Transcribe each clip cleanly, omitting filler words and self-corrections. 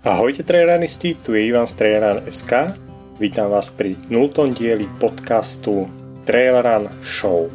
Ahojte traileristi, tu je Ivan z Traileran.sk. Vítam vás pri 0. dieli podcastu Traileran Show.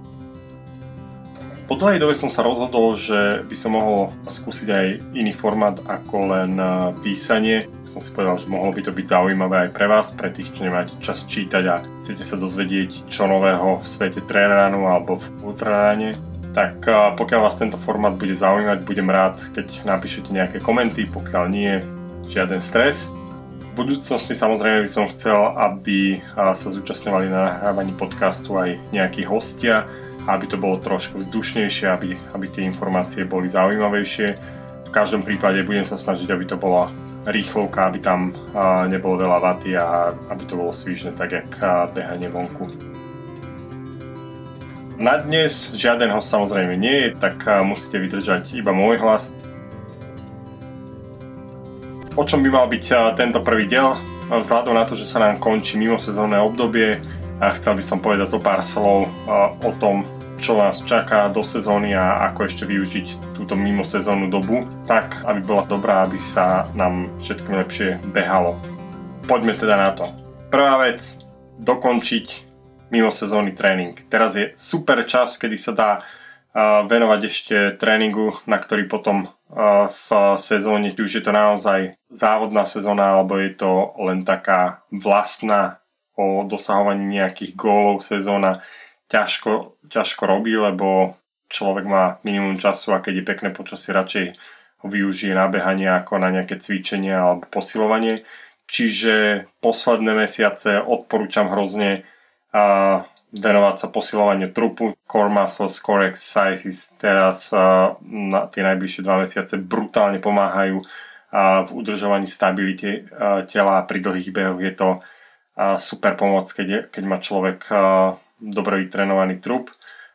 Po dlhej dobe som sa rozhodol, že by som mohol skúsiť aj iný formát ako len písanie. Som si povedal, že mohlo by to byť zaujímavé aj pre vás, pre tých, čo nemáte čas čítať a chcete sa dozvedieť čo nového v svete Traileranu alebo v Ultraráne. Tak pokiaľ vás tento formát bude zaujímať, budem rád, keď napíšete nejaké komenty, pokiaľ nie, žiaden stres. V budúcnosti samozrejme by som chcel, aby sa zúčastňovali na nahrávaní podcastu aj nejakí hostia, aby to bolo trošku vzdušnejšie, aby tie informácie boli zaujímavejšie. V každom prípade budem sa snažiť, aby to bola rýchlovka, aby tam nebolo veľa vaty a aby to bolo svižné, tak jak behanie vonku. Na dnes žiaden host samozrejme nie je, tak musíte vydržať iba môj hlas. O čom by mal byť tento prvý diel? Vzhľadom na to, že sa nám končí mimosezónne obdobie, chcel by som povedať zo pár slov o tom, čo nás čaká do sezóny a ako ešte využiť túto mimosezónnu dobu, tak aby bola dobrá, aby sa nám všetkým lepšie behalo. Poďme teda na to. Prvá vec, dokončiť mimosezónny tréning. Teraz je super čas, kedy sa dá venovať ešte tréningu, na ktorý potom v sezóne, či už je to naozaj závodná sezóna, alebo je to len taká vlastná o dosahovaní nejakých gólov sezóna, ťažko robí, lebo človek má minimum času a keď je pekné počasie, radšej ho využije na behanie ako na nejaké cvičenie alebo posilovanie. Čiže posledné mesiace odporúčam hrozne venovať sa posilovaniu trupu. Core muscles, core exercises teraz na tie najbližšie 2 mesiace brutálne pomáhajú v udržovaní stability tela a pri dlhých behoch je to super pomoc, keď má človek dobre vytrenovaný trup.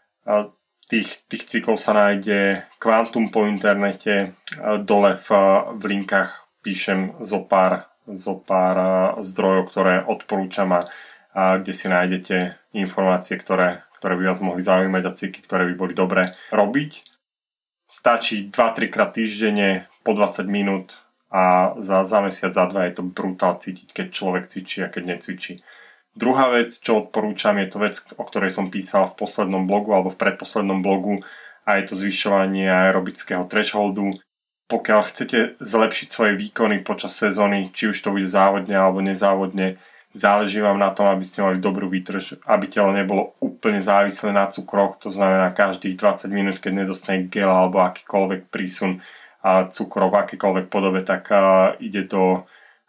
Tých cvikov sa nájde kvantum po internete, dole v linkách píšem zo pár zdrojov, ktoré odporúčam a kde si nájdete informácie, ktoré by vás mohli zaujímať a cviky, ktoré by boli dobré robiť. Stačí 2-3 krát týždenne po 20 minút a za mesiac, za 2 je to brutál cítiť, keď človek cvičí a keď necvičí. Druhá vec, čo odporúčam, je to vec, o ktorej som písal v poslednom blogu alebo v predposlednom blogu a je to zvyšovanie aerobického thresholdu. Pokiaľ chcete zlepšiť svoje výkony počas sezóny, či už to bude závodne alebo nezávodne, záleží vám na tom, aby ste mali dobrú výdrž, aby telo nebolo úplne závislé na cukroch, to znamená každých 20 minút, keď nedostane gel alebo akýkoľvek prísun cukrov v akýkoľvek podobe, tak ide do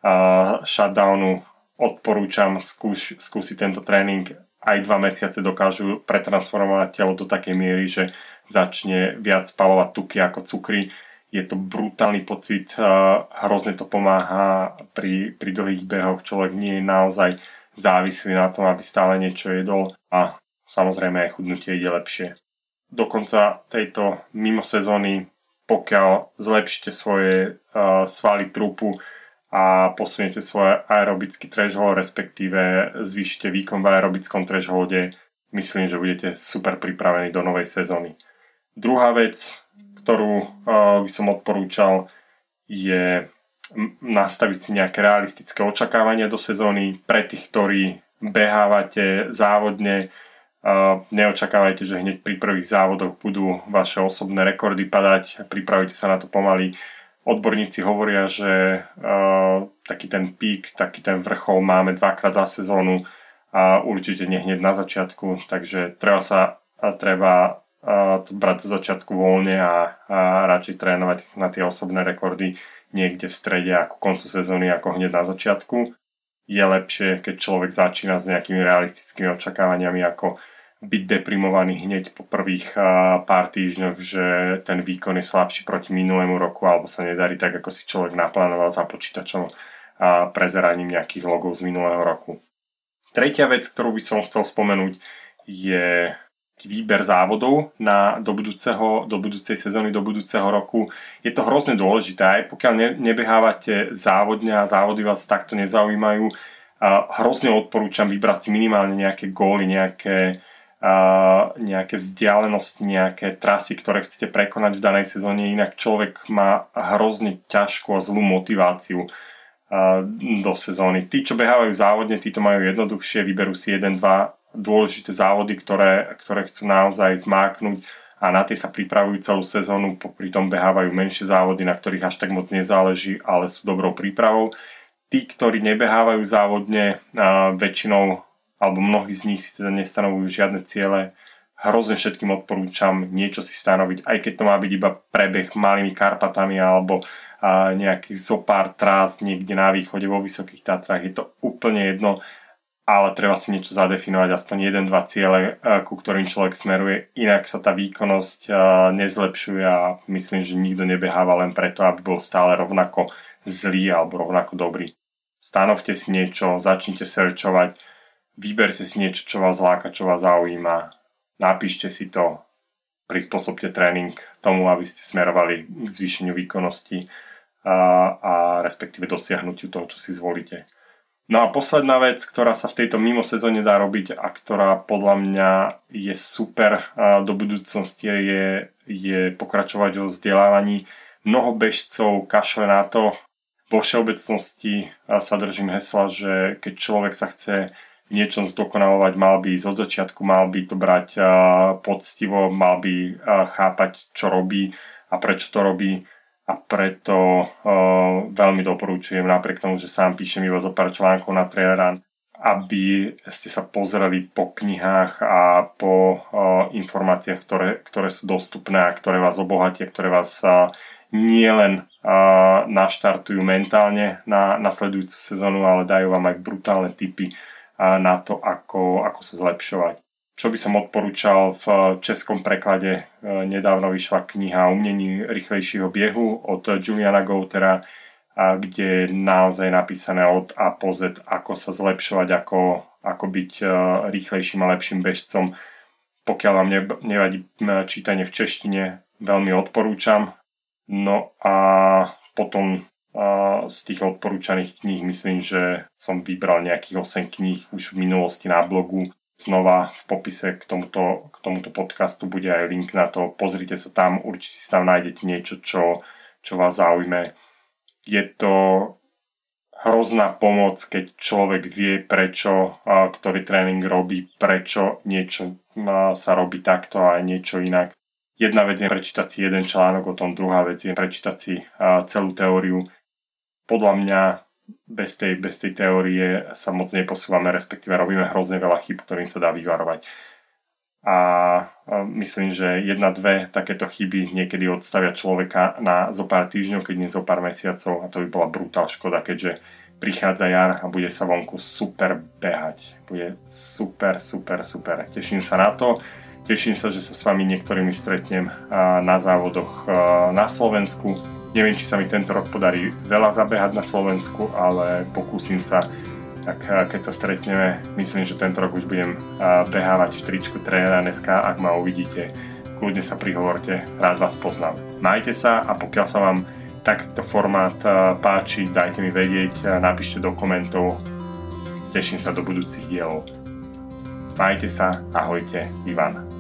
shutdownu. Odporúčam skúsiť tento tréning. Aj 2 mesiace dokážu pretransformovať telo do takej miery, že začne viac spalovať tuky ako cukry. Je to brutálny pocit, hrozne to pomáha pri dlhých behoch. Človek nie je naozaj závislý na tom, aby stále niečo jedol a samozrejme aj chudnutie ide lepšie. Do konca tejto mimosezóny, pokiaľ zlepšíte svoje svaly trupu a posuniete svoj aerobický threshold, respektíve zvýšite výkon v aerobickom thresholde, myslím, že budete super pripravení do novej sezóny. Druhá vec, ktorú by som odporúčal, je nastaviť si nejaké realistické očakávania do sezóny. Pre tých, ktorí behávate závodne, neočakávajte, že hneď pri prvých závodoch budú vaše osobné rekordy padať, pripravite sa na to pomaly. Odborníci hovoria, že taký ten pík, taký ten vrchol máme 2-krát za sezónu a určite nie hneď na začiatku, takže treba to brať zo začiatku voľne a radšej trénovať na tie osobné rekordy niekde v strede ako koncu sezóny ako hneď na začiatku. Je lepšie, keď človek začína s nejakými realistickými očakávaniami ako byť deprimovaný hneď po prvých pár týždňoch, že ten výkon je slabší proti minulému roku alebo sa nedarí tak, ako si človek naplánoval za počítačom a prezeraním nejakých logov z minulého roku. Tretia vec, ktorú by som chcel spomenúť, je výber závodov do budúcej sezóny, do budúceho roku. Je to hrozne dôležité, aj pokiaľ nebehávate závodne a závody vás takto nezaujímajú, hrozne odporúčam vybrať si minimálne nejaké góly, nejaké nejaké vzdialenosti, nejaké trasy, ktoré chcete prekonať v danej sezóne, inak človek má hrozne ťažkú a zlú motiváciu do sezóny. Tí, čo behávajú závodne, tí to majú jednoduchšie, vyberú si 1-2 dôležité závody, ktoré chcú naozaj zmáknuť a na tie sa pripravujú celú sezónu, popri tom behávajú menšie závody, na ktorých až tak moc nezáleží, ale sú dobrou prípravou. Tí, ktorí nebehávajú závodne, väčšinou, alebo mnohí z nich si teda nestanovujú žiadne ciele, hrozne všetkým odporúčam niečo si stanoviť, aj keď to má byť iba prebeh malými Karpatami alebo nejaký zopár trás niekde na východe vo Vysokých Tatrách, je to úplne jedno, ale treba si niečo zadefinovať, aspoň 1-2 ciele, ku ktorým človek smeruje, inak sa tá výkonnosť nezlepšuje a myslím, že nikto nebeháva len preto, aby bol stále rovnako zlý alebo rovnako dobrý. Stanovte si niečo, začnite searchovať, vyberte si niečo, čo vás láka, čo vás zaujíma, napíšte si to, prispôsobte tréning tomu, aby ste smerovali k zvýšeniu výkonnosti a respektíve dosiahnutiu toho, čo si zvolíte. No a posledná vec, ktorá sa v tejto mimo sezóne dá robiť a ktorá podľa mňa je super do budúcnosti, je pokračovať vo vzdelávaní. Mnoho bežcov kašle na to. Vo všeobecnosti sa držím hesla, že keď človek sa chce v niečom zdokonalovať, mal by ísť od začiatku, mal by to brať poctivo, mal by chápať, čo robí a prečo to robí. A preto veľmi doporučujem, napriek tomu, že sám píšem iba zo pár článkov na Trailrun, aby ste sa pozreli po knihách a po informáciách, ktoré sú dostupné a ktoré vás obohatia, ktoré vás nielen naštartujú mentálne na nasledujúcu sezónu, ale dajú vám aj brutálne tipy na to, ako sa zlepšovať. Čo by som odporúčal, v českom preklade nedávno vyšla kniha o umení rýchlejšieho biehu od Juliana Goutera, kde je naozaj napísané od A po Z, ako sa zlepšovať, ako byť rýchlejším a lepším bežcom. Pokiaľ vám nevadí čítanie v češtine, veľmi odporúčam. No a potom z tých odporúčaných kníh myslím, že som vybral nejakých 8 kníh už v minulosti na blogu. Znova v popise k tomuto podcastu bude aj link na to. Pozrite sa tam, určite si tam nájdete niečo, čo vás zaujme. Je to hrozná pomoc, keď človek vie, prečo ktorý tréning robí, prečo niečo sa robí takto a niečo inak. Jedna vec je prečítať si jeden článok o tom, druhá vec je prečítať si celú teóriu. Podľa mňa bez tej teórie sa moc neposúvame, respektíve robíme hrozne veľa chyb, ktorým sa dá vyvarovať. A myslím, že 1-2 takéto chyby niekedy odstavia človeka na zo pár týždňov, keď nie zo pár mesiacov, a to by bola brutál škoda, keďže prichádza jar a bude sa vonku super behať. Bude super. Teším sa na to. Teším sa, že sa s vami niektorými stretnem na závodoch na Slovensku. Neviem, či sa mi tento rok podarí veľa zabehať na Slovensku, ale pokúsim sa. Tak keď sa stretneme, myslím, že tento rok už budem behávať v tričku Trailrun.sk. Ak ma uvidíte, kľudne sa prihovorte, rád vás poznám. Majte sa a pokiaľ sa vám takýto formát páči, dajte mi vedieť, napíšte do komentov. Teším sa do budúcich dielov. Majte sa, ahojte, Ivan.